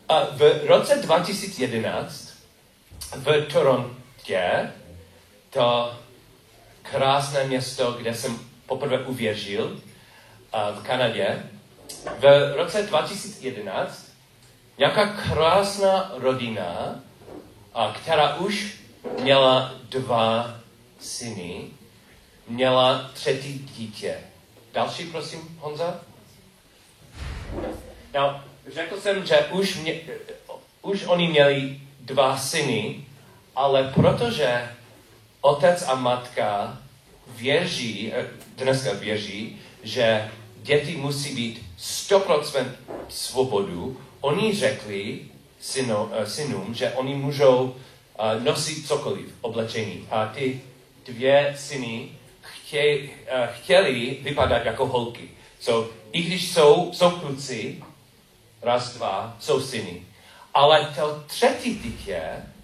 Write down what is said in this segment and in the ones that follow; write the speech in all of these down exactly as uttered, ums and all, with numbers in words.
A v roce dva tisíce jedenáct v Torontě, to krásné město, kde jsem poprvé uvěřil, v Kanadě, v roce dva tisíce jedenáct nějaká krásná rodina, která už měla dva syny, měla třetí dítě. Další, prosím, Honza? No, řekl jsem, že už, mě, už oni měli dva syny, ale protože otec a matka věří, dneska věří, že děti musí být sto procent svobodu, oni řekli synu, synům, že oni můžou uh, nosit cokoliv, oblečení. A ty dvě syny chtě, uh, chtěli vypadat jako holky. So, i když jsou, jsou kluci, raz, dva, jsou syny. Ale to třetí dítě,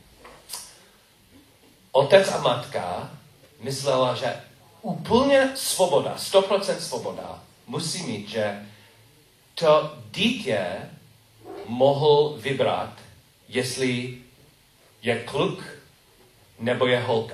otec a matka myslela, že úplně svoboda, sto procent svoboda, musí mít, že to dítě mohl vybrat, jestli je kluk nebo je holka.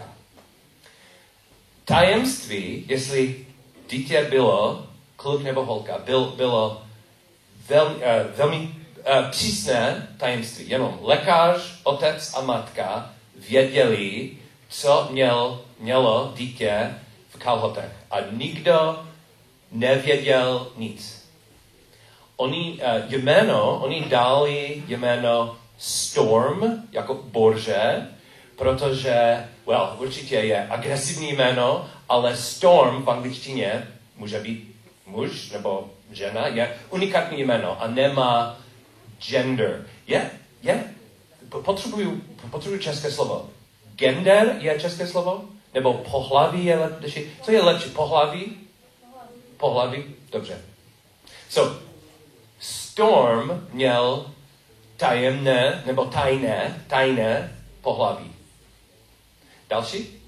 Tajemství, jestli dítě bylo kluk nebo holka, byl, bylo velmi, uh, velmi uh, přísné tajemství. Jenom lékař, otec a matka věděli, co měl, mělo dítě v kalhotech. A nikdo nevěděl nic. Oni uh, jméno, oni dali jméno Storm, jako borže, protože, well, určitě je agresivní jméno, ale Storm v angličtině může být muž nebo žena, je unikátní jméno a nemá gender. Je, je, potřebuju, potřebuju české slovo. Gender je české slovo? Nebo pohlaví je lepší? Co je lepší? Pohlaví? Pohlaví? Dobře. So, Storm měl tajemné, nebo tajné, tajné pohlaví. Další?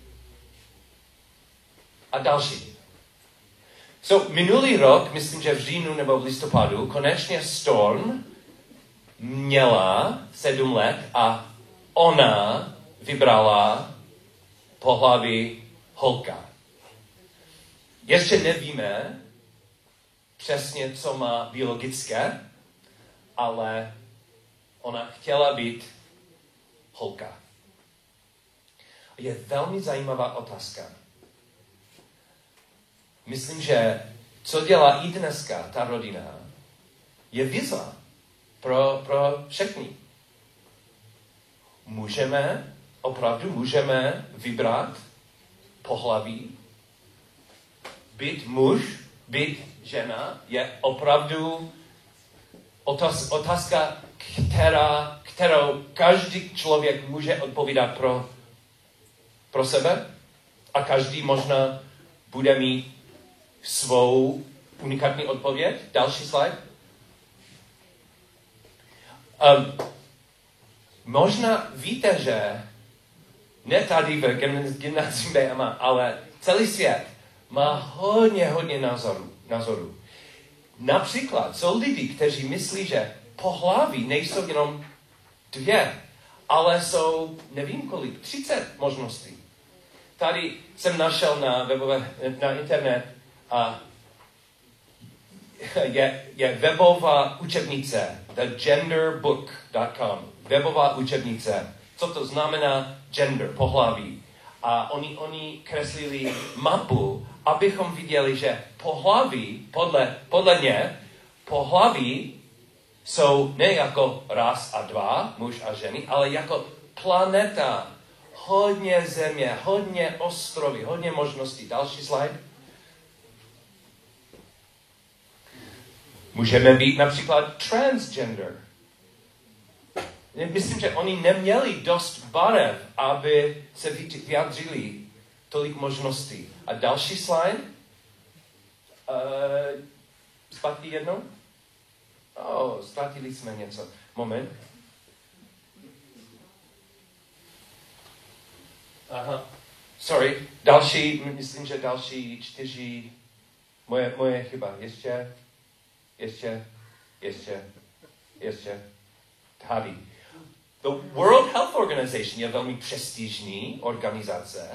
A další. So, minulý rok, myslím, že v říjnu nebo v listopadu, konečně Storm měla sedm let a ona vybrala pohlaví holka. Ještě nevíme přesně, co má biologické, ale ona chtěla být holka. Je velmi zajímavá otázka. Myslím, že co dělá i dneska ta rodina, je výzva pro, pro všechny. Můžeme, opravdu můžeme vybrat pohlaví. Být muž, být žena je opravdu otáz, otázka, která, kterou každý člověk může odpovídat pro, pro sebe a každý možná bude mít svou unikátní odpověď. Další slide. Um, možná víte, že ne tady v gymnáziu B M A, ale celý svět má hodně, hodně názorů. názorů. Například jsou lidi, kteří myslí, že pohlaví nejsou jenom dvě, ale jsou, nevím kolik, třicet možností. Tady jsem našel na webové, na internet a je, je webová učebnice the gender book dot com. Webová učebnice. Co to znamená gender, pohlaví. A oni, oni kreslili mapu, abychom viděli, že pohlaví, podle, podle ně, pohlaví jsou ne jako ras a dva, muž a ženy, ale jako planeta. Hodně země, hodně ostrovy, hodně možností. Další slide. Můžeme být například transgender. Myslím, že oni neměli dost barev, aby se vyjádřili tolik možností. A další slide. Uh, zpátky jednou. Oh, ztratili jsme něco. Moment. Aha. Sorry. Další, myslím, že další čtyři. Moje, moje chyba. Ještě, ještě, ještě, ještě. Taví. The World Health Organization je velmi prestižní organizace.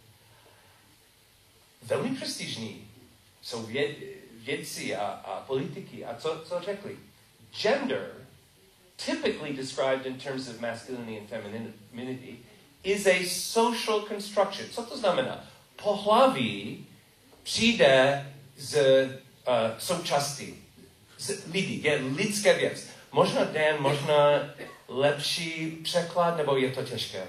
Velmi prestižní. Jsou věd, vědci a, a politiky. A co, co řekli? Gender, typically described in terms of masculinity and femininity, is a social construction. Co to znamená? Pohlaví přijde z uh, součástí, z lidí, je lidské věc. Možná den, možná lepší překlad, nebo je to těžké?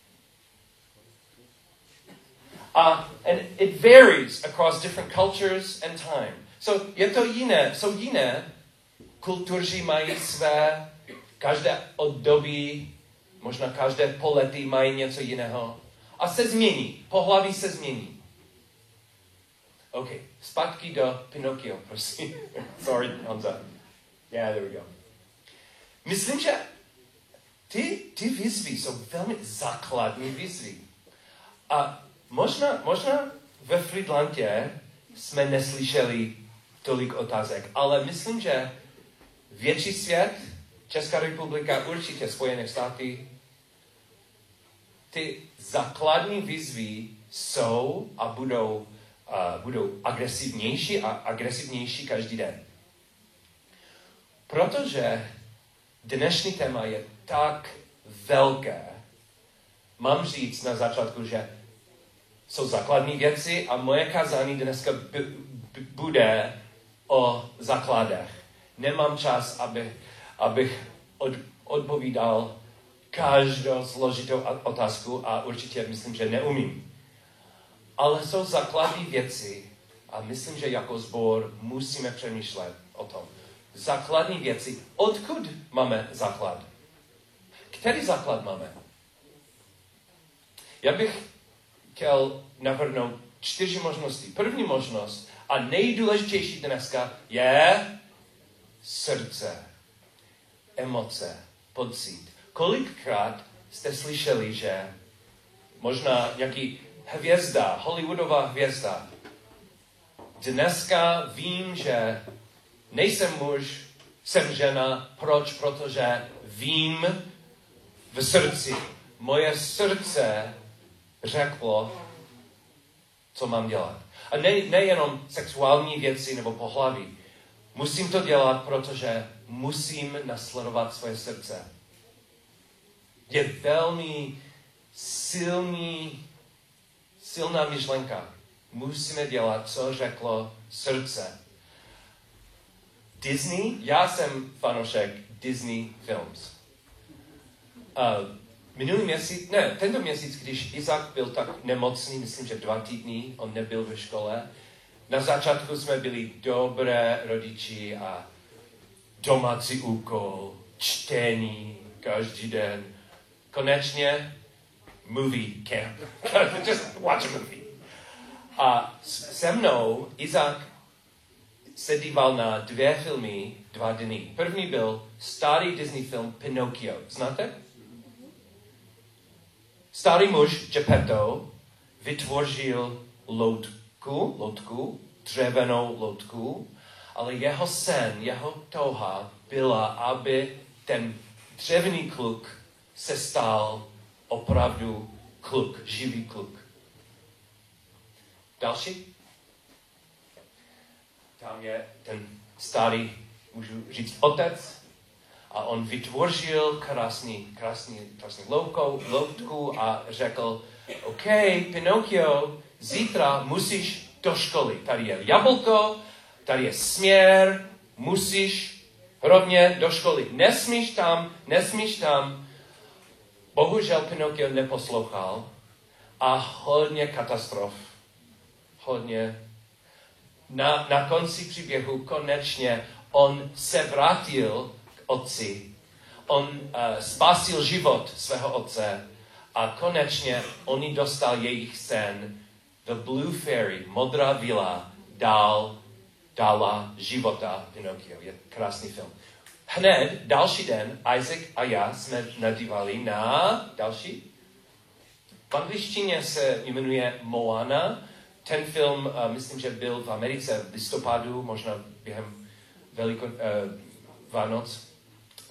Uh, and it varies across different cultures and time. So je to jiné, jsou jiné kultury, mají své, každé období, možná každé poletí mají něco jiného. A se změní, pohlaví se změní. OK, zpátky do Pinocchio, prosím. Sorry, Honza. Yeah, there we go. Myslím, že ty, ty výzvy jsou velmi základní výzvy. A možná, možná ve Frýdlantě jsme neslyšeli tolik otázek, ale myslím, že větší svět, Česká republika, určitě Spojené státy, ty základní výzvy jsou a budou, uh, budou agresivnější a agresivnější každý den. Protože dnešní téma je tak velké, mám říct na začátku, že jsou základní věci a moje kázání dneska b- b- bude o základech. Nemám čas, aby, abych od, odpovídal každou složitou otázku a určitě myslím, že neumím. Ale jsou základní věci a myslím, že jako sbor musíme přemýšlet o tom. Základní věci. Odkud máme základ? Který základ máme? Já bych chtěl navrhnout čtyři možnosti. První možnost a nejdůležitější dneska je srdce, emoce, pocit. Kolikrát jste slyšeli, že možná nějaký hvězda, Hollywoodová hvězda, dneska vím, že nejsem muž, jsem žena. Proč? Protože vím v srdci. Moje srdce řeklo, co mám dělat. A ne, nejenom sexuální věci nebo pohlaví. Musím to dělat, protože musím nasledovat svoje srdce. Je velmi silný, silná myšlenka. Musíme dělat, co řeklo srdce. Disney, já jsem fanoušek Disney Films. Uh, minulý měsíc, ne, tento měsíc, když Izák byl tak nemocný, myslím, že dva týdny, on nebyl ve škole, na začátku jsme byli dobré rodiči a domácí úkol, čtení každý den. Konečně movie camp. Just watch a movie. A se mnou Izák se díval na dvě filmy dva dny. První byl starý Disney film Pinocchio. Znáte? Starý muž Geppetto vytvořil loutku, loutku, dřevěnou loutku, ale jeho sen, jeho touha byla, aby ten dřevěný kluk se stal opravdu kluk, živý kluk. Další? Tam je ten starý, můžu říct, otec a on vytvořil krásný, krásný, krásný loukou, loutku a řekl, OK, Pinocchio, zítra musíš do školy. Tady je jablko, tady je směr, musíš rovně do školy. Nesmíš tam, nesmíš tam. Bohužel Pinocchio neposlouchal a hodně katastrof. Hodně. Na, na konci příběhu konečně on se vrátil k otci. On uh, spasil život svého otce a konečně oni dostal jejich sen. The Blue Fairy, modrá vila, dal, dala života Pinocchio. Je krásný film. Hned, další den, Isaac a já jsme nadívali na další. V angličtině se jmenuje Moana. Ten film, uh, myslím, že byl v Americe v listopadu, možná během veliko, uh, Vánoc.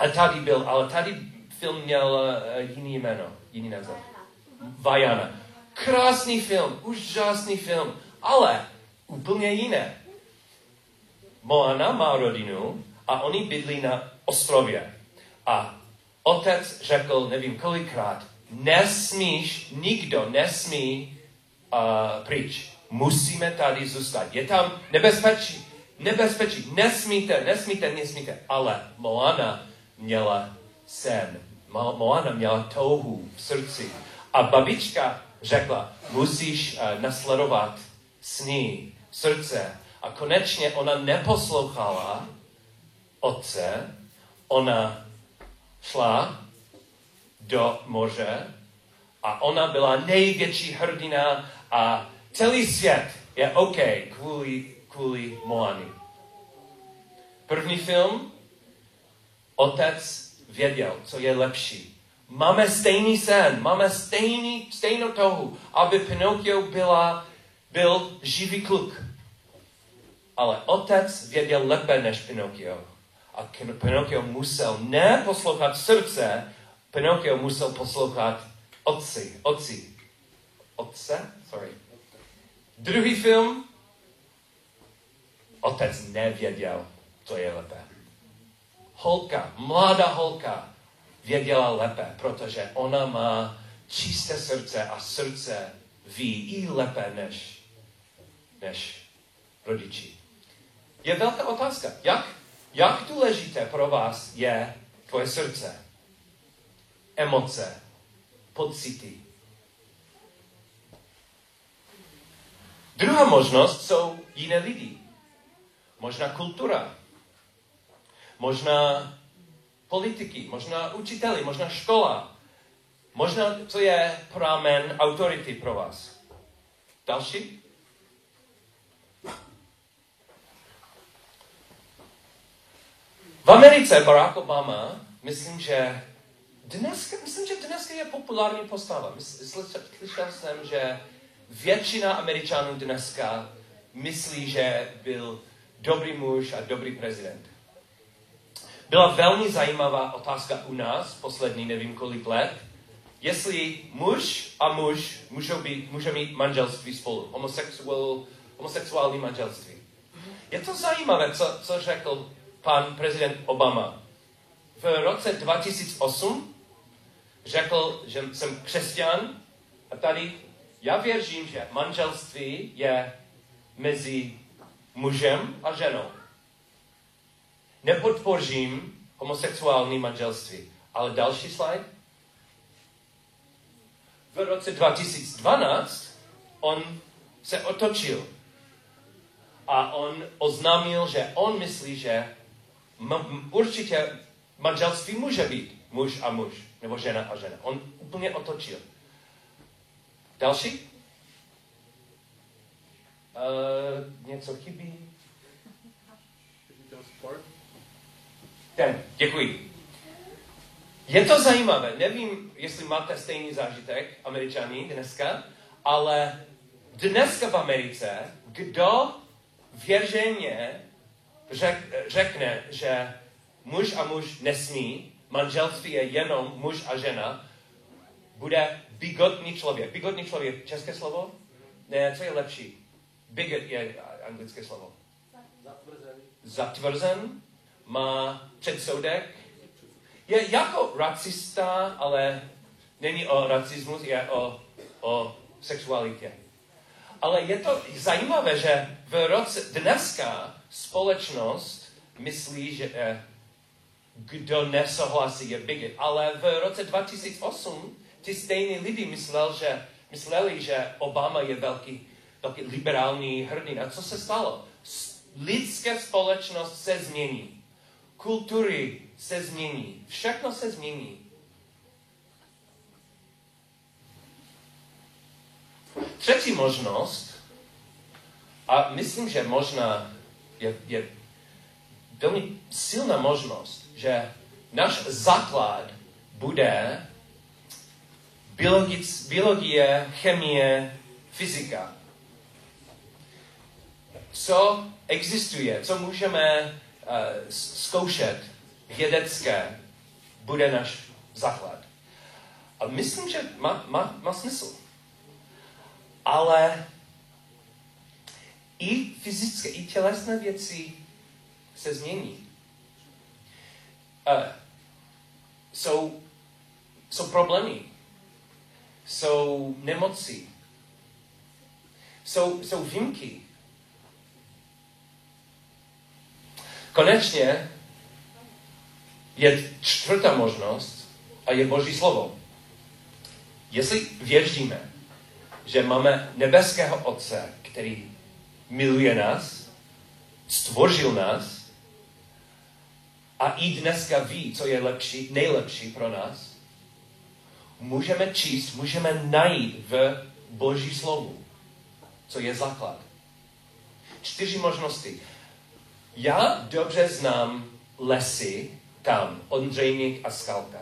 A tady byl, ale tady film měl uh, jiný jméno, jiný název. Vajana. Krásný film, úžasný film, ale úplně jiné. Moana má rodinu a oni bydlí na ostrově. A otec řekl, nevím kolikrát, nesmíš, nikdo nesmí uh, pryč. Musíme tady zůstat. Je tam nebezpečí, nebezpečí, nesmíte, nesmíte, nesmíte. Ale Moana měla sen. Mo- Moana měla touhu v srdci. A babička řekla, musíš uh, nasledovat sny, srdce. A konečně ona neposlouchala otce, ona šla do moře a ona byla největší hrdina a celý svět je OK kvůli, kvůli Moany. První film, otec věděl, co je lepší. Máme stejný sen, máme stejný, stejnou touhu, aby Pinocchio byla, byl živý kluk. Ale otec věděl lépe než Pinocchio. A Pinocchio musel neposlouchat srdce, Pinocchio musel poslouchat otci, otci. Otce? Sorry. Druhý film, otec nevěděl, co je lépe. Holka, mladá holka, věděla lépe, protože ona má čisté srdce a srdce ví i lépe než, než rodiči. Je velká otázka. Jak, jak důležité pro vás je tvoje srdce, emoce, pocity? Druhá možnost jsou jiné lidi. Možná kultura. Možná politiky, možná učiteli, možná škola. Možná, co je pramen autority pro vás. Další? V Americe Barack Obama, myslím, že dneska, myslím, že dneska je populární postava. Slyšel jsem, že většina Američanů dneska myslí, že byl dobrý muž a dobrý prezident. Byla velmi zajímavá otázka u nás, poslední nevím kolik let, jestli muž a muž můžou, být, můžou mít manželství spolu, homosexuál, homosexuální manželství. Je to zajímavé, co, co řekl pan prezident Obama. V roce dva tisíce osm řekl, že jsem křesťan a tady já věřím, že manželství je mezi mužem a ženou. Nepodpořím homosexuální manželství. Ale další slide. V roce dva tisíce dvanáct on se otočil a on oznámil, že on myslí, že m- určitě manželství může být muž a muž, nebo žena a žena. On úplně otočil. Další? Uh, něco chybí? Ten, děkuji. Je to zajímavé, nevím, jestli máte stejný zážitek, Američani dneska, ale dneska v Americe, kdo věřeně řek, řekne, že muž a muž nesmí, manželství je jenom muž a žena, bude bigotný člověk. Bigotný člověk, české slovo? Ne, co je lepší? Bigot je anglické slovo. Zatvrzen. Zatvrzen. Má předsudek. Je jako racista, ale není o racismus, je o, o sexualitě. Ale je to zajímavé, že v roce dneska společnost myslí, že eh, kdo nesouhlasí je bigot. Ale v roce dva tisíce osm ty stejní lidi myslel, že, mysleli, že Obama je velký, velký liberální hrdina. Co se stalo? Lidská společnost se změní. Kultury se změní. Všechno se změní. Třetí možnost, a myslím, že možná je, je velmi silná možnost, že náš základ bude biologic, biologie, chemie, fyzika. Co existuje, co můžeme uh, zkoušet vědecké bude náš základ. A myslím, že má, má, má smysl. Ale i fyzické, i tělesné věci se změní. Uh, jsou, jsou problémy, jsou nemoci, jsou, jsou výjimky. Konečně je čtvrtá možnost a je Boží slovo. Jestli věříme, že máme nebeského Otce, který miluje nás, stvořil nás a i dneska ví, co je lepší, nejlepší pro nás, můžeme číst, můžeme najít v Boží slovu, co je základ. Čtyři možnosti. Já dobře znám lesy tam, Ondřejník a Skalka.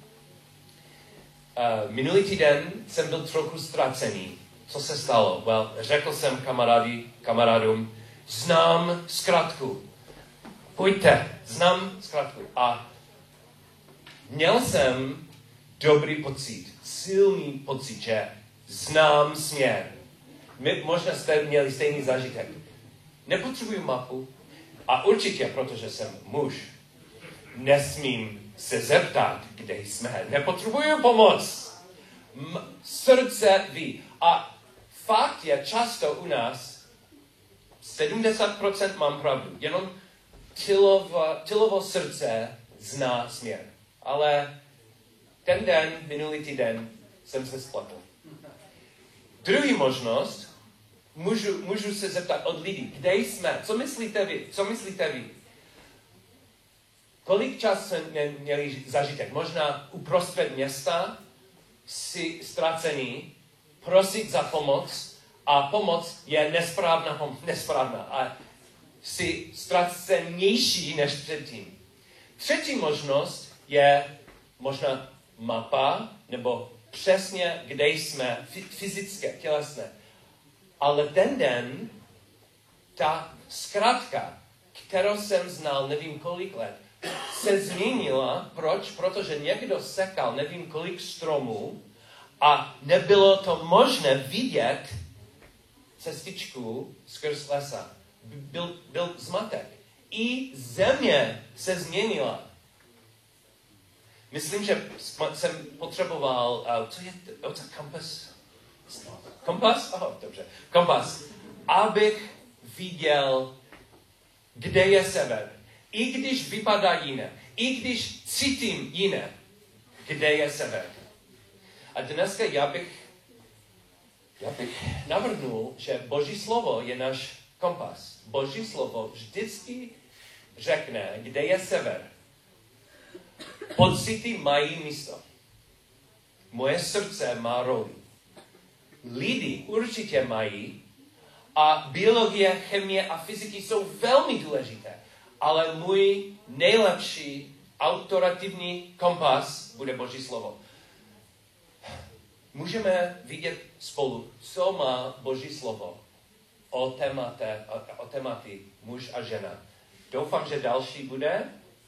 Uh, minulý týden jsem byl trochu ztracený. Co se stalo? Well, řekl jsem kamarádi, kamarádům, znám zkratku. Pojďte, znám zkratku. A měl jsem dobrý pocit, silný pocit, že znám směr. My možná jste měli stejný zážitek. Nepotřebuji mapu a určitě, protože jsem muž, nesmím se zeptat, kde jsme. Nepotřebuji pomoc. M- srdce ví. A fakt je často u nás sedmdesát procent mám pravdu. Jenom tělovo, tělovo srdce zná směr. Ale ten den, minulý týden, jsem se spletl. Druhý možnost, můžu, můžu se zeptat od lidí, kde jsme, co myslíte vy, co myslíte vy? Kolik času jsme měli zažitek? Možná uprostřed města, si ztracený, prosit za pomoc a pomoc je nesprávná, nesprávná a jsi ztracenější než předtím. Třetí možnost je možná mapa, nebo přesně, kde jsme, fyzické, tělesné. Ale ten den, ta zkratka, kterou jsem znal nevím kolik let, se změnila. Proč? Protože někdo sekal nevím kolik stromů a nebylo to možné vidět cestičku skrz lesa. Byl, byl zmatek. I země se změnila. Myslím, že jsem potřeboval, uh, co je to, to kompas? Kompas? Oh, dobře. Kompas. Abych viděl, kde je sever. I když vypadá jiné. I když cítím jiné. Kde je sever. A dneska já bych, já bych navrhnul, že Boží slovo je náš kompas. Boží slovo vždycky řekne, kde je sever. Pocity mají místo. Moje srdce má roli. Lidi určitě mají a biologie, chemie a fyziky jsou velmi důležité. Ale můj nejlepší autoritativní kompas bude Boží slovo. Můžeme vidět spolu, co má Boží slovo o, témate, o, o tématy muž a žena. Doufám, že další bude.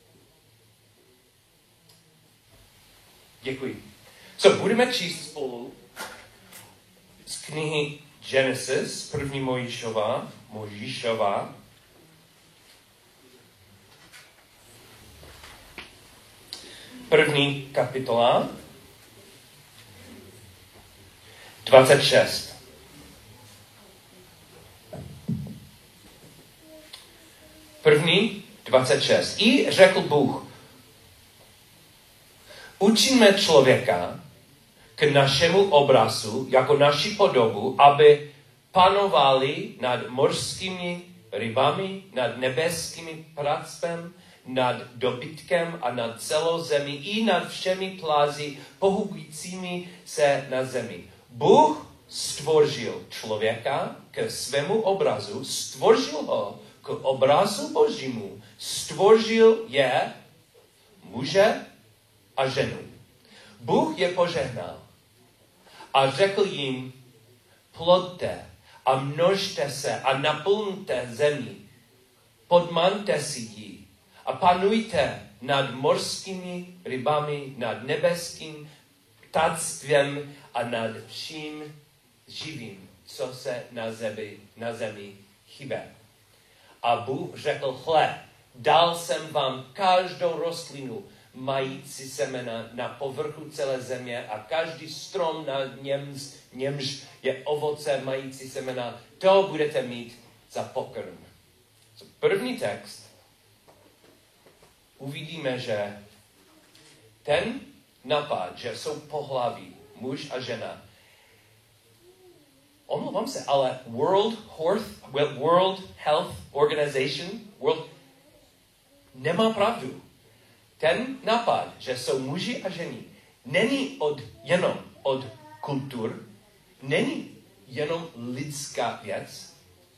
Děkuji. So, budeme číst spolu z knihy Genesis, první Mojžíšova, Mojžíšova. První kapitola, dvacet šest. První, dvacet šest. I řekl Bůh, učíme člověka k našemu obrazu, jako naši podobu, aby panovali nad mořskými rybami, nad nebeskými pracpem, nad dobytkem a nad celou zemi i nad všemi plázy pohybujícími se na zemi. Bůh stvořil člověka k svému obrazu, stvořil ho k obrazu Božímu, stvořil je muže a ženu. Bůh je požehnal a řekl jim, plodte a množte se a naplňte zemi, podmaňte si ji a panujte nad mořskými rybami, nad nebeským ptáctvem a nad vším živým, co se na zemi, na zemi chýbe. A Bůh řekl, hle, dal jsem vám každou rostlinu, mající semena na povrchu celé země a každý strom, na němž, němž je ovoce mající semena, to budete mít za pokrm. So, první text uvidíme, že ten napad, že jsou pohlaví, muž a žena, omlouvám se, ale World Health, World Health Organization World, nemá pravdu. Ten nápad, že jsou muži a ženy, není od, jenom od kultur, není jenom lidská věc,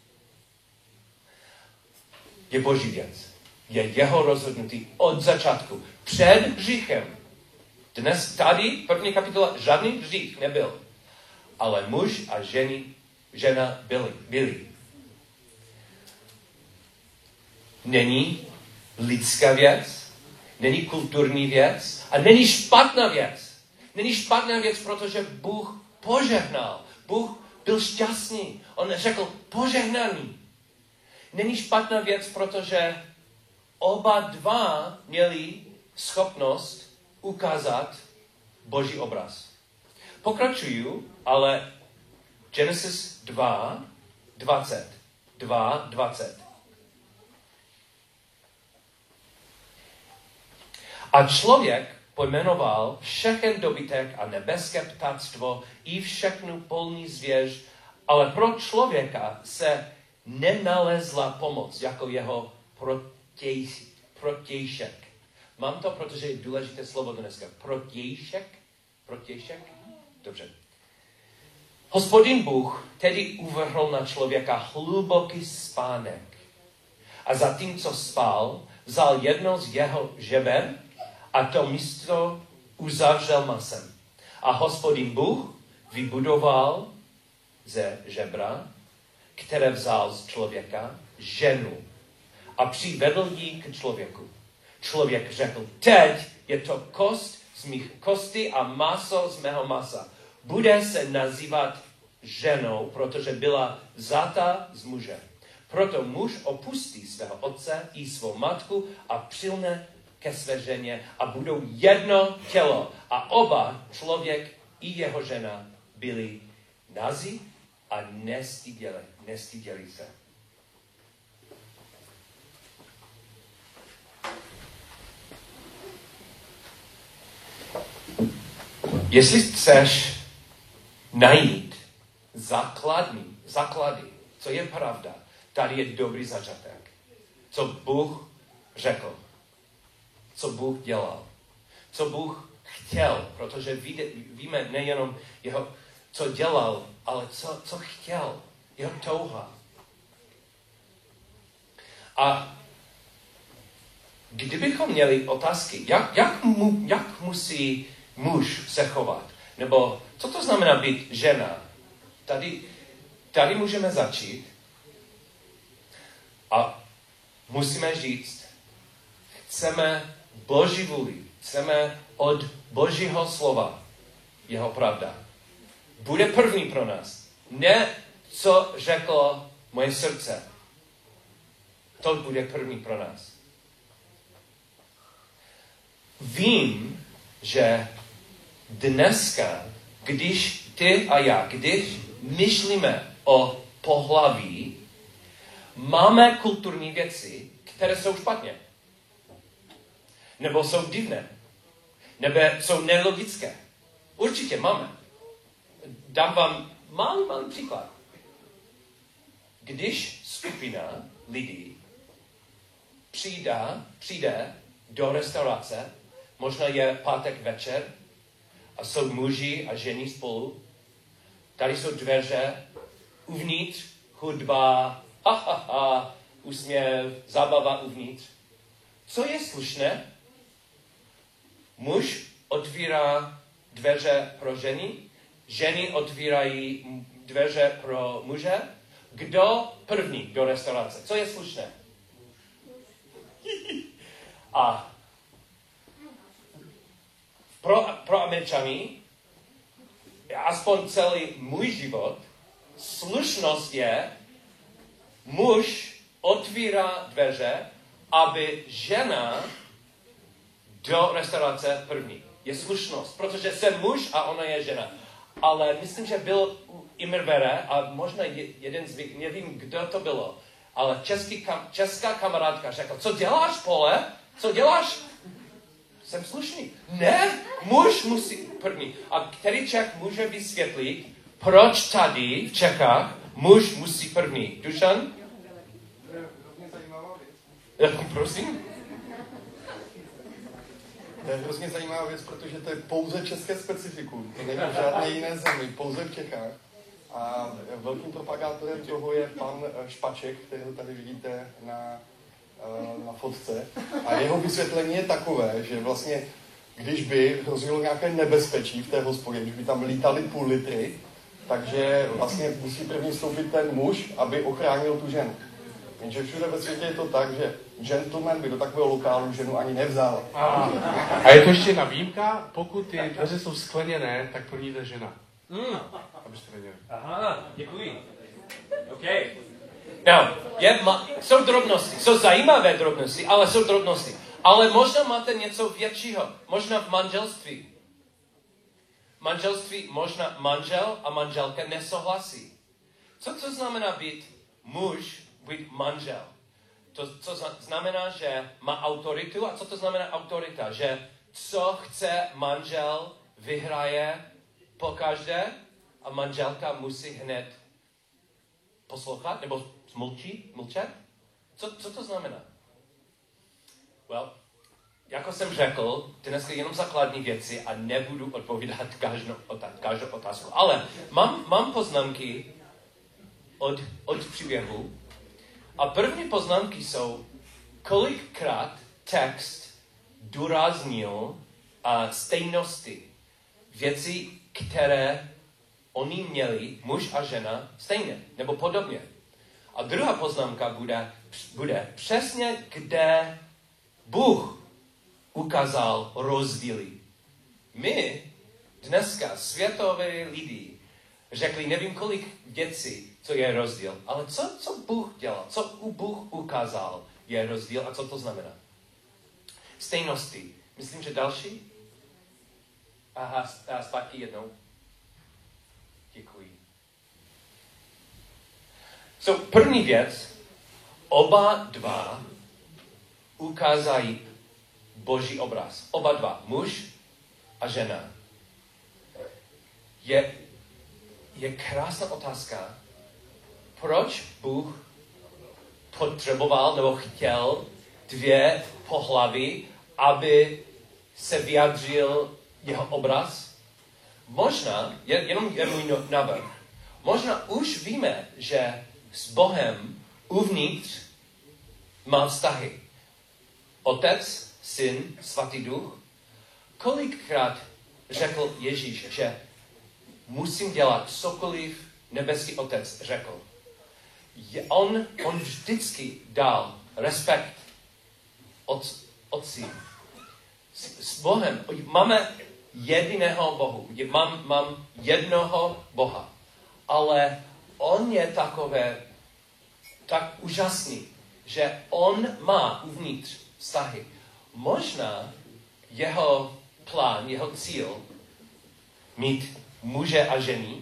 je Boží věc. Je jeho rozhodnutí od začátku. Před hříchem. Dnes tady, první kapitola, žádný hřích nebyl. Ale muž a ženy, žena byli. byli. Není lidská věc, není kulturní věc a není špatná věc. Není špatná věc, protože Bůh požehnal. Bůh byl šťastný. On řekl požehnaný. Není špatná věc, protože oba dva měli schopnost ukázat Boží obraz. Pokračuju, ale Genesis dva, dvacet. dva, dvacet. A člověk pojmenoval všechen dobytek a nebeské ptáctvo i všechnu polní zvěř, ale pro člověka se nenalezla pomoc jako jeho protěj, protějšek. Mám to, protože je důležité slovo dneska. Protějšek? Protějšek? Dobře. Hospodin Bůh tedy uvrhl na člověka hluboký spánek. A zatímco spal, vzal jedno z jeho žeber a to místo uzavřel masem. A Hospodin Bůh vybudoval ze žebra, které vzal z člověka, ženu a přivedl ji k člověku. Člověk řekl, teď je to kost z mých kosti a maso z mého masa. Bude se nazývat ženou, protože byla vzata z muže. Proto muž opustí svého otce i svou matku a přilne ke své ženě a budou jedno tělo. A oba, člověk i jeho žena, byli nazí a nestyděli, nestyděli se. Jestli chceš najít základní, základy, co je pravda, tady je dobrý začátek. Co Bůh řekl, co Bůh dělal, co Bůh chtěl, protože víme nejenom jeho, co dělal, ale co, co chtěl, jeho touha. A kdybychom měli otázky, jak, jak, mu, jak musí muž se chovat, nebo co to znamená být žena, tady, tady můžeme začít a musíme říct, chceme Boží vůli, chceme od Božího slova jeho pravda. Bude první pro nás. Ne, co řeklo moje srdce. To bude první pro nás. Vím, že dneska, když ty a já, když myšlíme o pohlaví, máme kulturní věci, které jsou špatně. Nebo jsou divné. Nebo jsou nelogické. Určitě máme. Dám vám malý, malý příklad. Když skupina lidí přijde, přijde do restaurace, možná je pátek večer, a jsou muži a ženy spolu, tady jsou dveře, uvnitř hudba, ha, ha, ha, úsměv, zábava uvnitř. Co je slušné? Muž otvírá dveře pro ženy, ženy otvírají dveře pro muže. Kdo první do restaurace? Co je slušné? A pro, pro Američany, aspoň celý můj život, slušnost je, muž otvírá dveře, aby žena do restaurace první. Je slušnost, protože jsem muž a ona je žena. Ale myslím, že byl u Imrvere a možná jeden z nich, nevím, kdo to bylo, ale český kam, česká kamarádka řekla, co děláš, Pole? Co děláš? Jsem slušný. Ne, muž musí první. A který Čech může vysvětlit, proč tady v Čechách muž musí první? Dušan? To je hrozně zajímavá věc. Prosím? To je hrozně zajímavá věc, protože to je pouze české specifikum. To není v žádné jiné zemi, pouze v Čechách. A velkým propagátorem toho je pan Špaček, kterého tady vidíte na, na fotce. A jeho vysvětlení je takové, že vlastně, když by hrozilo nějaké nebezpečí v té hospodě, když by tam lítali půl litry, takže vlastně musí první vstoupit ten muž, aby ochránil tu ženu. Jenže všude ve světě je to tak, že gentleman by do takového lokálu ženu ani nevzal. A, a je to ještě jedna výjimka, pokud ty dveře jsou skleněné, tak první jde žena. Mm. Abyste věděli. Aha, děkuji. OK. No, je, ma, jsou drobnosti, jsou zajímavé drobnosti, ale jsou drobnosti. Ale možná máte něco většího, možná v manželství. Manželství, možná manžel a manželka nesouhlasí. Co to znamená být muž, být manžel? To, co znamená, že má autoritu. A co to znamená autorita? Že co chce manžel, vyhraje pokaždé a manželka musí hned poslouchat nebo smlčí, mlčet? Co, co to znamená? Well, jako jsem řekl, dneska jenom základní věci a nebudu odpovídat každou, každou otázku. Ale mám, mám poznámky od, od příběhu. A první poznámky jsou, kolikrát text důraznil a stejnosti. Věci, které oni měli, muž a žena, stejně nebo podobně. A druhá poznámka bude, bude přesně, kde Bůh ukázal rozdíly. My dneska světové lidi řekli, nevím kolik věcí, co je rozdíl, ale co, co Bůh dělal, co Bůh ukázal, je rozdíl a co to znamená. Stejnosti. Myslím, že další? Aha, zpátky jednou. Děkuji. So, první věc, oba dva ukázají Boží obraz. Oba dva, muž a žena. Je, je krásná otázka, proč Bůh potřeboval nebo chtěl dvě pohlaví, aby se vyjádřil jeho obraz? Možná, jenom je můj návrh, možná už víme, že s Bohem uvnitř má vztahy. Otec, Syn, Svatý Duch. Kolikrát řekl Ježíš, že musím dělat cokoliv nebeský Otec řekl. On, on vždycky dal respekt od, otci. S, s Bohem máme jediného Bohu. Mám, mám jednoho Boha. Ale on je takové, tak úžasný, že on má uvnitř vztahy. Možná jeho plán, jeho cíl mít muže a ženy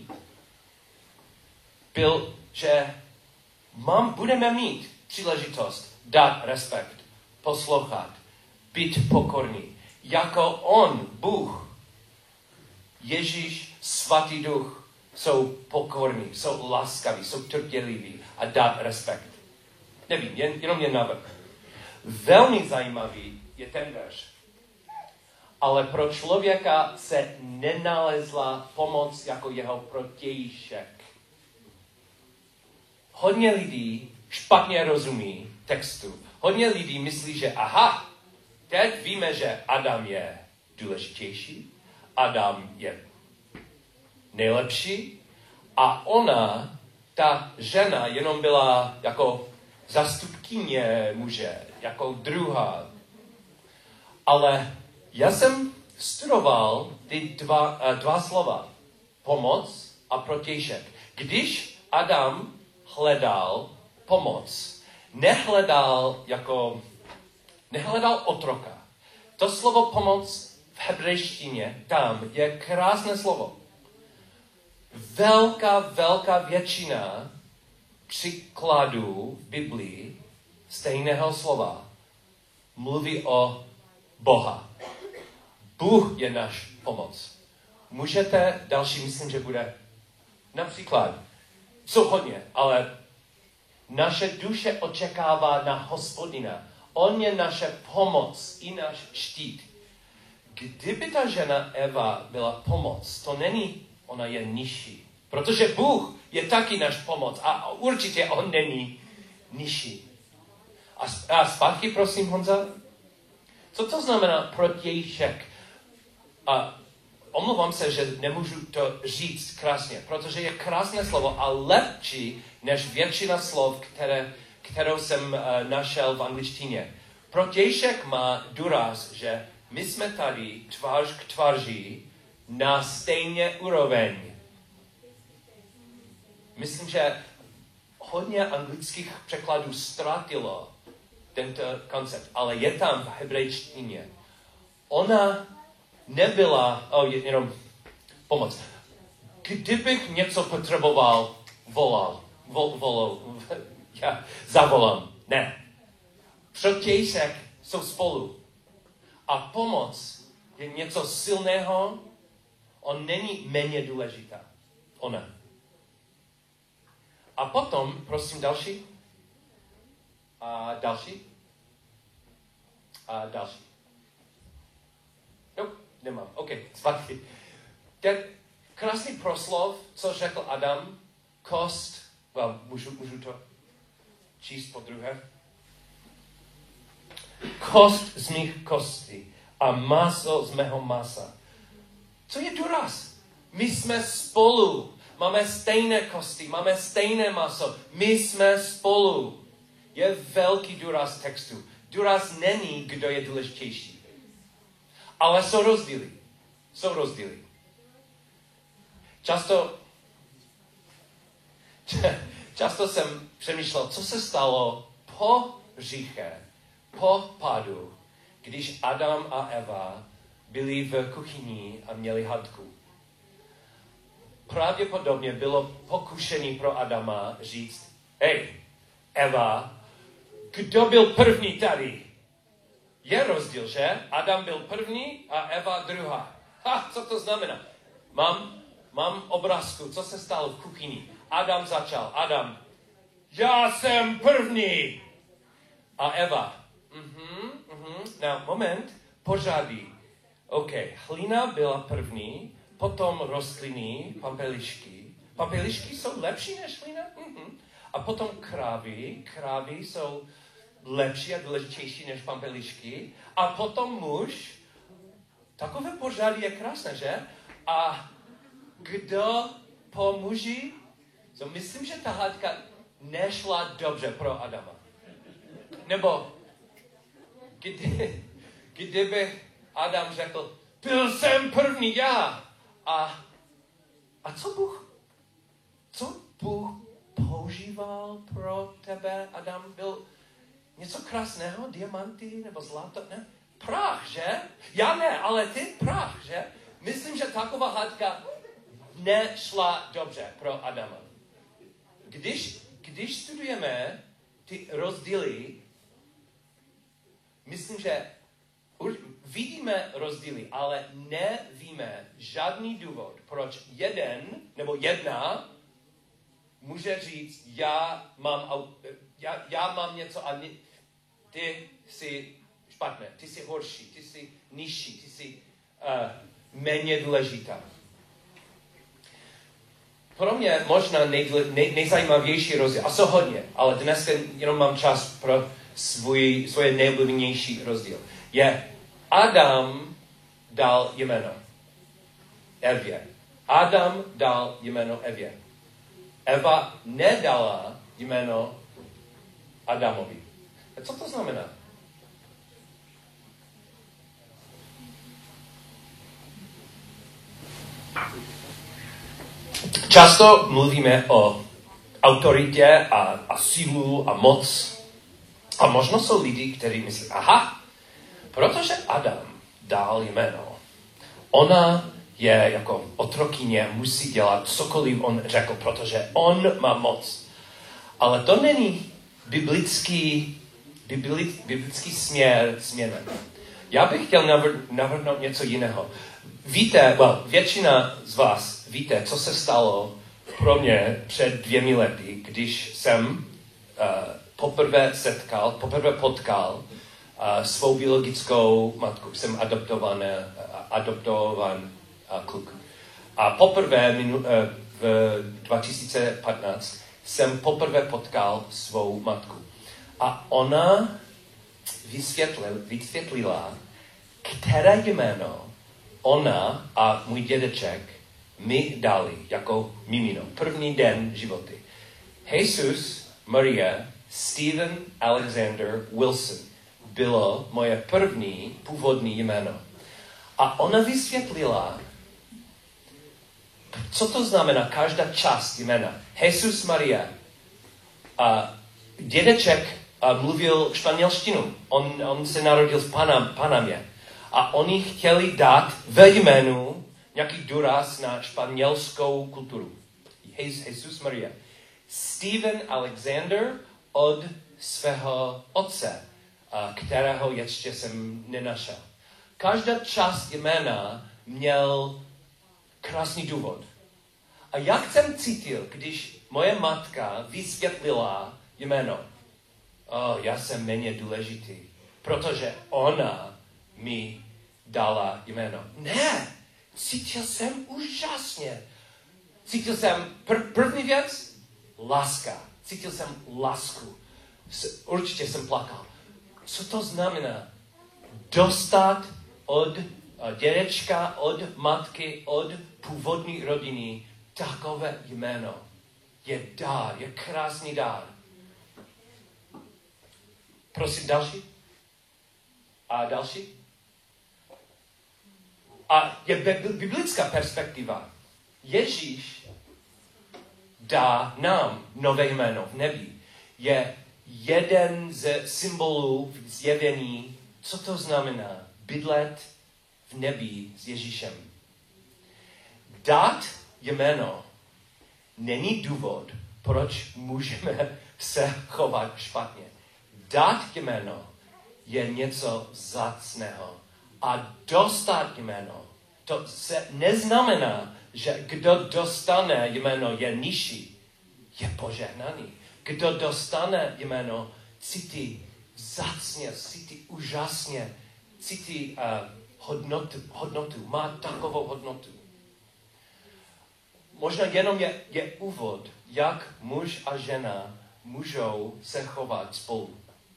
byl, že mám, budeme mít příležitost dát respekt, poslouchat, být pokorný. Jako on, Bůh, Ježíš, Svatý Duch, jsou pokorní, jsou laskaví, jsou trpěliví a dát respekt. Nevím, jen, jenom je návrh. Velmi zajímavý je ten verš. Ale pro člověka se nenalezla pomoc jako jeho protějšek. Hodně lidí špatně rozumí textu. Hodně lidí myslí, že aha, teď víme, že Adam je důležitější, Adam je nejlepší a ona, ta žena, jenom byla jako zastupkyně muže, jako druhá. Ale já jsem studoval ty dva, dva slova, pomoc a protějšek. Když Adam hledal pomoc, nehledal jako, nehledal otroka. To slovo pomoc v hebrejštině tam je krásné slovo. Velká, velká většina příkladů v Biblii stejného slova mluví o Boha. Bůh je náš pomoc. Můžete, další myslím, že bude například, jsou hodně, ale naše duše očekává na Hospodina. On je naše pomoc i náš štít. Kdyby ta žena Eva byla pomoc, to není, ona je nižší. Protože Bůh je taky náš pomoc a určitě on není nižší. A, a zpátky prosím, Honza. Co to znamená protějšek? A omlouvám se, že nemůžu to říct krásně, protože je krásné slovo a lepší než většina slov, které, kterou jsem uh, našel v angličtině. Protějšek má důraz, že my jsme tady tvář k tváři na stejně úroveň. Myslím, že hodně anglických překladů ztratilo tento koncept, ale je tam v hebrejštině. Ona nebyla, oh, jenom pomoc. Kdybych něco potřeboval, volal, vol, volal, já zavolám. Ne. Protějšek jsou spolu. A pomoc je něco silného, on není méně důležitá. Ona. A potom, prosím, další. A další. A další. No, nemám. OK, zpátky. Ten krásný proslov, co řekl Adam, kost, well, můžu, můžu to číst po druhé. Kost z mých kostí a maso z mého masa. Co je důraz? My jsme spolu. Máme stejné kosti, máme stejné maso. My jsme spolu. Je velký důraz textu. Důraz není, kdo je důležitější. Ale jsou rozdíly. Jsou rozdíly. Často, často jsem přemýšlel, co se stalo po hříche, po pádu, když Adam a Eva byli v kuchyni a měli hádku. Pravděpodobně bylo pokušení pro Adama říct, hej, Eva, kdo byl první tady? Je rozdíl, že? Adam byl první a Eva druhá. Ha, co to znamená? Mám, mám obrázku, co se stalo v kuchyni. Adam začal. Adam, já jsem první. A Eva, mhm, mhm, na moment, pořádí. OK, hlína byla první, potom rostliny, pampelišky. Pampelišky jsou lepší než hlína? Mhm. A potom krávy. Krávy jsou lepší a důležitější než pampelišky. A potom muž. Takové pořádí je krásné, že? A kdo po muži? So, myslím, že ta hádka nešla dobře pro Adama. Nebo kdy, kdyby Adam řekl, byl jsem první já. A, a co Bůh? Co Bůh používal pro tebe, Adam? Byl něco krásného, diamanty nebo zlato? Ne? Prach, že? Já ne, ale ty prach, že? Myslím, že taková hádka nešla dobře pro Adama. Když, když studujeme ty rozdíly, myslím, že vidíme rozdíly, ale nevíme žádný důvod, proč jeden nebo jedna může říct, já mám, já, já mám něco a ty jsi špatné, ty jsi horší, ty jsi nižší, ty jsi uh, méně důležitá. Pro mě možná nej, nej, nejzajímavější rozdíl, a jsou hodně, ale dnes jenom mám čas pro svůj, svoje nejoblíbenější rozdíl, je Adam dal jméno Evě. Adam dal jméno Evě. Eva nedala jméno Adamovi. A co to znamená? Často mluvíme o autoritě a, a sílu a moc. A možno jsou lidi, kteří myslí, aha, protože Adam dal jméno, ona je jako otrokyně, musí dělat cokoliv on řekl, protože on má moc. Ale to není biblický, biblický, biblický směr změny. Já bych chtěl navr- navrhnout něco jiného. Víte, well, většina z vás víte, co se stalo pro mě před dvěmi lety, když jsem uh, poprvé setkal, poprvé potkal uh, svou biologickou matku. Jsem adoptovaný, uh, adoptovan uh, kluk. A poprvé minu, uh, v dva tisíce patnáct jsem poprvé potkal svou matku. A ona vysvětlil, vysvětlila, které jméno ona a můj dědeček mi dali jako mimino. První den životy. Jesus Maria Stephen Alexander Wilson bylo moje první původní jméno. A ona vysvětlila, co to znamená každá část jména. Jesus Maria. A dědeček a mluvil španělštinu. On, on se narodil v Panam, Panamě. A oni chtěli dát ve jménu nějaký důraz na španělskou kulturu. Jesus Maria. Stephen Alexander od svého otce, kterého ještě jsem nenašel. Každá část jména měl krásný důvod. A jak jsem cítil, když moje matka vysvětlila jméno? Oh, já jsem méně důležitý, protože ona mi dala jméno. Ne, cítil jsem úžasně. Cítil jsem, pr- první věc, láska. Cítil jsem lásku. Určitě jsem plakal. Co to znamená? Dostat od dědečka, od matky, od původní rodiny takové jméno. Je dár, je krásný dár. Prosím, další. A další. A je biblická perspektiva. Ježíš dá nám nové jméno v nebi. Je jeden ze symbolů zjevení, co to znamená bydlet v nebi s Ježíšem. Dát jméno není důvod, proč můžeme se chovat špatně. Dát jméno je něco vzácného. A dostat jméno, to se neznamená, že kdo dostane jméno je nižší, je požehnaný. Kdo dostane jméno, cítí vzácně, cítí úžasně, cítí uh, hodnotu, hodnotu, má takovou hodnotu. Možná jenom je, je úvod, jak muž a žena můžou se chovat spolu.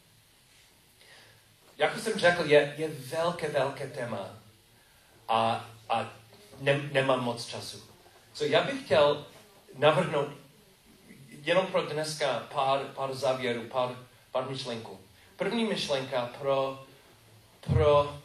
Jak jsem řekl, je, je velké, velké téma a, a ne, nemám moc času. So já bych chtěl navrhnout jenom pro dneska pár, pár závěrů, pár, pár myšlenků. První myšlenka pro, pro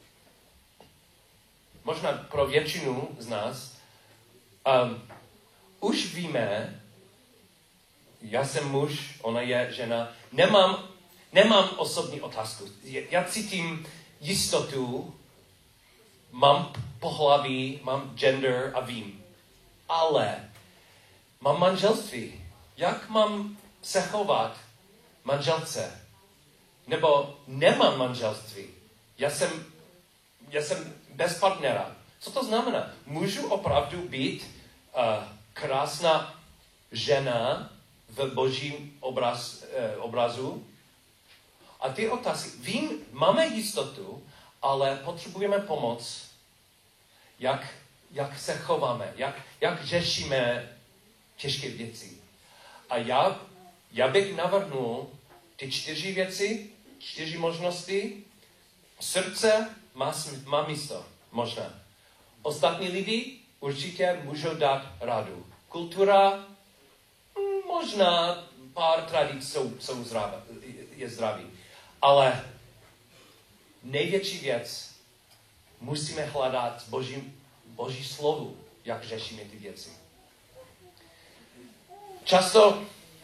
možná pro většinu z nás. Um, už víme, já jsem muž, ona je žena, nemám Nemám osobní otázku. Já cítím jistotu, mám pohlaví, mám gender a vím. Ale mám manželství. Jak mám se chovat manželce? Nebo nemám manželství. Já jsem, já jsem bez partnera. Co to znamená? Můžu opravdu být uh, krásná žena v božím obraz, uh, obrazu? A ty otázky, vím, máme jistotu, ale potřebujeme pomoc, jak, jak se chováme, jak, jak řešíme těžké věci. A já, já bych navrhnul ty čtyři věci, čtyři možnosti. Srdce má, má místo, možná. Ostatní lidi určitě můžou dát radu. Kultura, možná pár tradic jsou, jsou zdraví, je zdravý. Ale největší věc musíme hledat Boží, Boží slovu. jak řešíme ty věci. Často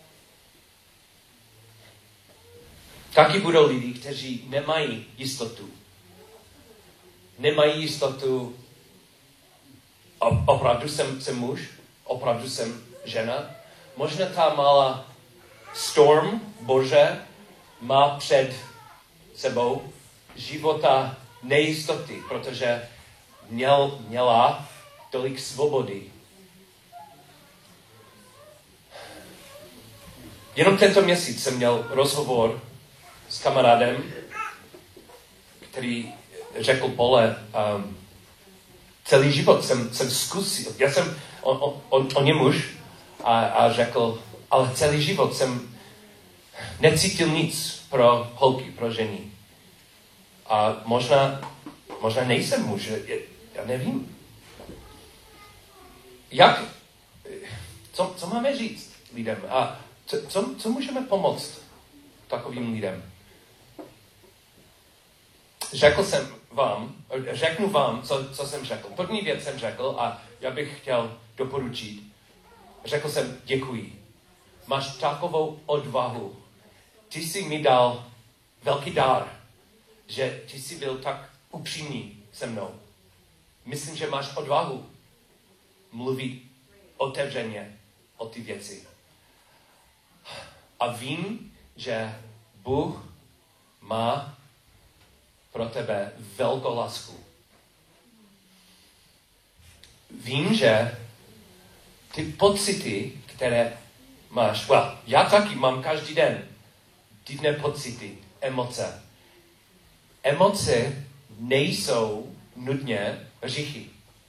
taky budou lidi, kteří nemají jistotu. Nemají jistotu, opravdu jsem, jsem muž, opravdu jsem žena. Možná ta malá storm Bože má před sebou života nejistoty, protože měl, měla tolik svobody. Jenom tento měsíc jsem měl rozhovor s kamarádem, který řekl Pole, um, celý život jsem, jsem zkusil, já jsem, on, on, on je muž a, a řekl, ale celý život jsem necítil nic pro holky, pro ženy. A možná, možná nejsem muž, já nevím. Jak, co, co máme říct lidem? A co, co, co můžeme pomoct takovým lidem? Řekl jsem vám, řeknu vám, co, co jsem řekl. První věc jsem řekl a já bych chtěl doporučit. Řekl jsem děkuji. Máš takovou odvahu. Ty jsi mi dal velký dár, že ty jsi byl tak upřímný se mnou. Myslím, že máš odvahu mluvit otevřeně o ty věci. A vím, že Bůh má pro tebe velkou lásku. Vím, že ty pocity, které máš, well, já taky mám každý den divné pocity, emoce. Emoce nejsou nutně hříchy.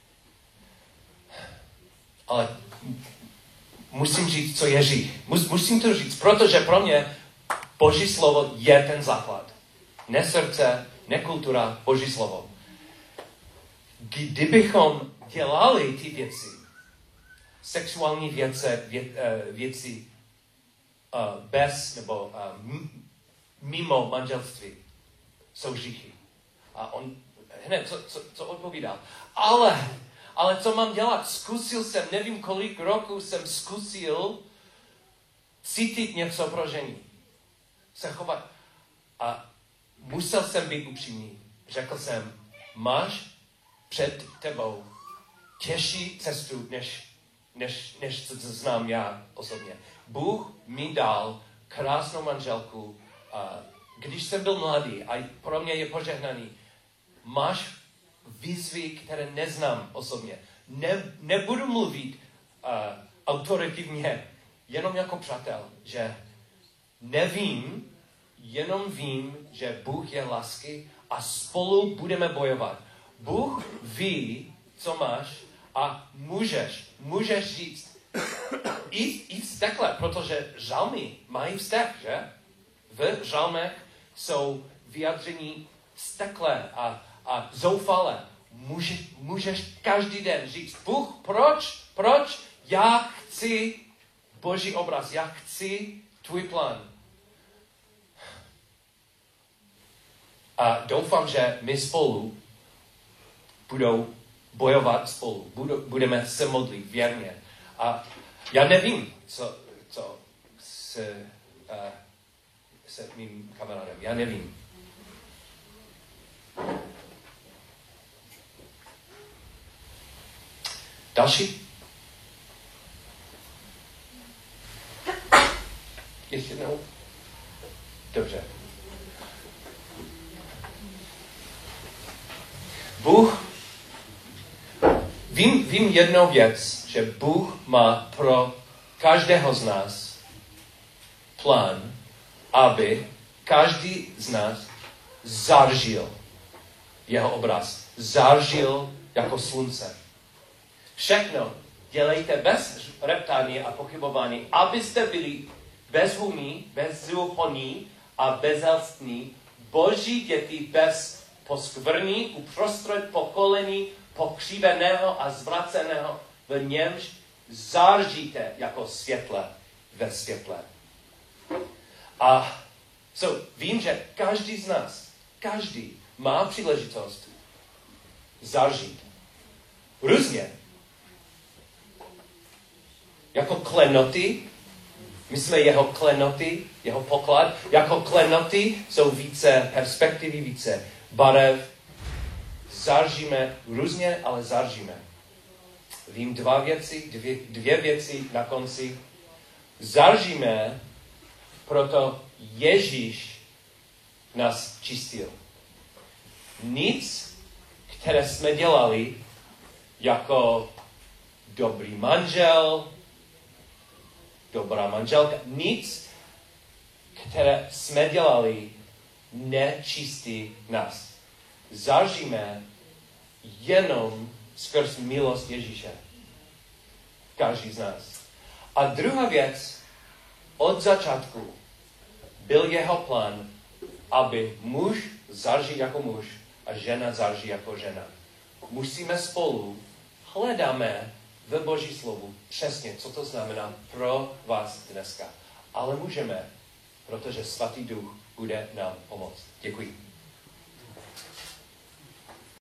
Ale musím říct, co je hřích. Mus, musím to říct, protože pro mě Boží slovo je ten základ. Ne srdce, ne kultura, Boží slovo. Kdybychom dělali ty věci, sexuální věce, vě, uh, věci uh, bez nebo uh, mimo manželství, jsou hříchy. A on hned, co, co, co odpovídal? Ale, ale co mám dělat? Zkusil jsem, nevím kolik roků jsem zkusil cítit něco pro žení. Se chovat. A musel jsem být upřímný. Řekl jsem, máš před tebou těžší cestu, než, než, než co znám já osobně. Bůh mi dal krásnou manželku, a když jsem byl mladý a pro mě je požehnaný. Máš výzvy, které neznám osobně. Ne, nebudu mluvit uh, autoritativně, jenom jako přátel, že nevím, jenom vím, že Bůh je lásky a spolu budeme bojovat. Bůh ví, co máš a můžeš, můžeš říct i, i vztekle, protože žalmy mají vztek, že? V žalmech jsou vyjádření vztekle a, a zoufale. Může, můžeš každý den říct, Bůh, proč, proč já chci Boží obraz, já chci tvůj plán. A doufám, že my spolu budou bojovat spolu. Budeme se modlit věrně. A já nevím, co, co s, uh, s mým kamarádem. Já nevím. Další? Ještě jednou? Dobře. Bůh, vím, vím jednou věc, že Bůh má pro každého z nás plán, aby každý z nás zažil jeho obraz. Zažil jako slunce. Všechno dělejte bez reptání a pochybování, abyste byli bezhumní, bezúhonní a bezelstní, Boží děti bez poskvrní uprostřed pokolení pokřiveného a zvraceného, v němž záříte jako světle ve světle. A so, vím, že každý z nás, každý má příležitost zažít. Různě. jako klenoty. My jsme jeho klenoty, jeho poklad. Jako klenoty jsou více perspektivy, více barev. Záříme různě, ale záříme. Vím dva věci, dvě, dvě věci na konci. Záříme, proto Ježíš nás čistil. Nic, které jsme dělali jako dobrý manžel, dobrá manželka, nic, které jsme dělali, nečistí nás. Záříme jenom skrz milost Ježíše. Každý z nás. A druhá věc, od začátku byl jeho plán, aby muž září jako muž a žena září jako žena. Musíme spolu, hledáme ve Boží slovu přesně, co to znamená pro vás dneska. Ale můžeme, protože Svatý Duch bude nám pomoct. Děkuji.